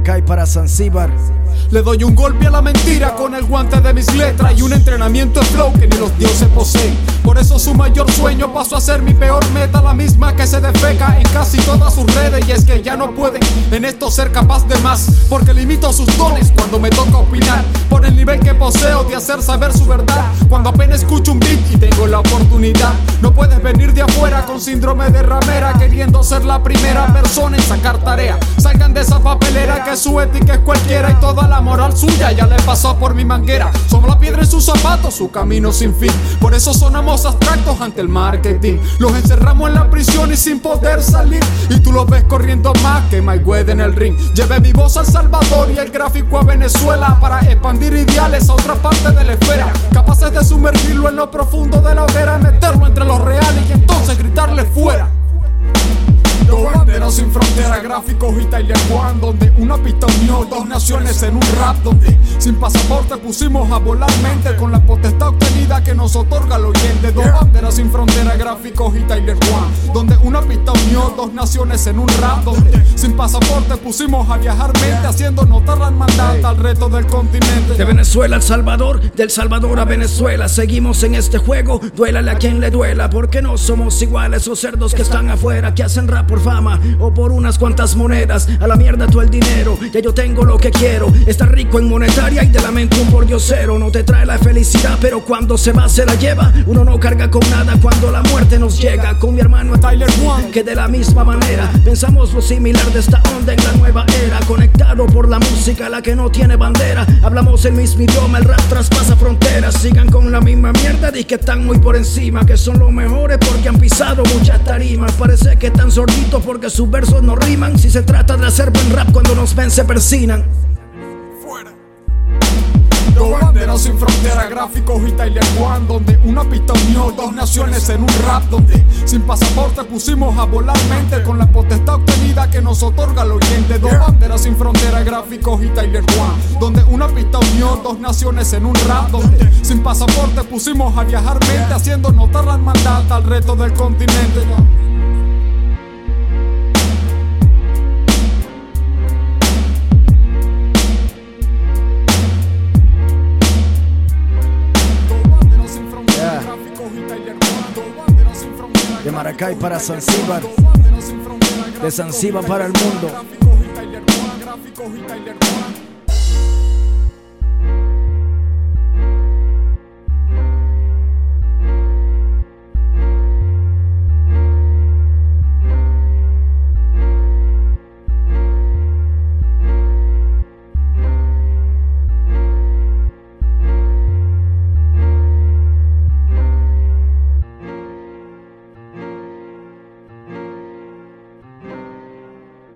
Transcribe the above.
Maracay para Zanzíbar. Le doy un golpe a la mentira con el guante de mis letras y un entrenamiento de flow que ni los dioses poseen. Por eso su mayor sueño pasó a ser mi peor meta, la misma que se defeca en casi todas sus redes. Y es que ya no pueden en esto ser capaz de más, porque limito sus dones cuando me toca opinar, por el nivel que poseo de hacer saber su verdad. Cuando apenas escucho un beat y tengo la oportunidad, no puedes venir de afuera con síndrome de ramera, queriendo ser la primera persona en sacar tarea. Salgan de esa papelera que su ética es cualquiera y toda la moral suya ya le pasó por mi manguera. Somos la piedra en sus zapatos, su camino sin fin. Por eso sonamos abstractos ante el marketing. Los encerramos en la prisión y sin poder salir, y tú los ves corriendo más que Mayweather en el ring. Llevé mi voz a El Salvador y el gráfico a Venezuela para expandir ideales a otra parte de la esfera, capaces de sumergirlo en lo profundo de la hoguera, meterlo entre los reales y entonces gritarle fuera. Dos banderas sin frontera, gráficos y Tyler One, donde una pista unió dos naciones en un rap, donde sin pasaporte pusimos a volar mente con la potestad obtenida que nos otorga el oyente. Dos banderas sin frontera, gráficos y Tyler One, donde una pista unió dos naciones en un rap, donde sin pasaporte pusimos a viajar mente, haciendo notar la hermandad al resto del continente. De Venezuela a El Salvador, del Salvador a Venezuela, seguimos en este juego, duélale a quien le duela, porque no somos iguales esos cerdos que están afuera, que hacen rap por fama o por unas cuantas monedas. A la mierda todo el dinero, ya yo tengo lo que quiero. Estar rico en monetaria y de la mente un pordiosero. No te trae la felicidad, pero cuando se va se la lleva. Uno no carga con nada cuando la muerte nos llega. Con mi hermano Tyler One, que de la misma manera pensamos lo similar de esta onda en la nueva era. Conectado por la música, la que no tiene bandera. Hablamos el mismo idioma, el rap traspasa fronteras. Sigan con la misma mierda, di que están muy por encima, que son los mejores porque han pisado muchas tarimas. Parece que están sorditos porque sus versos no riman. Si se trata de hacer buen rap, cuando nos ven se persinan. Fuera. Dos banderas sin frontera, gráficos y Tyler One, donde una pista unió dos naciones en un rap, donde sin pasaporte pusimos a volar mente con la potestad obtenida que nos otorga el oyente. Dos banderas sin frontera, gráficos y Tyler One, donde una pista unió dos naciones en un rap, donde sin pasaporte pusimos a viajar mente, haciendo notar la hermandad al resto del continente. De Maracay para Zanzíbar, de Zanzíbar para el mundo.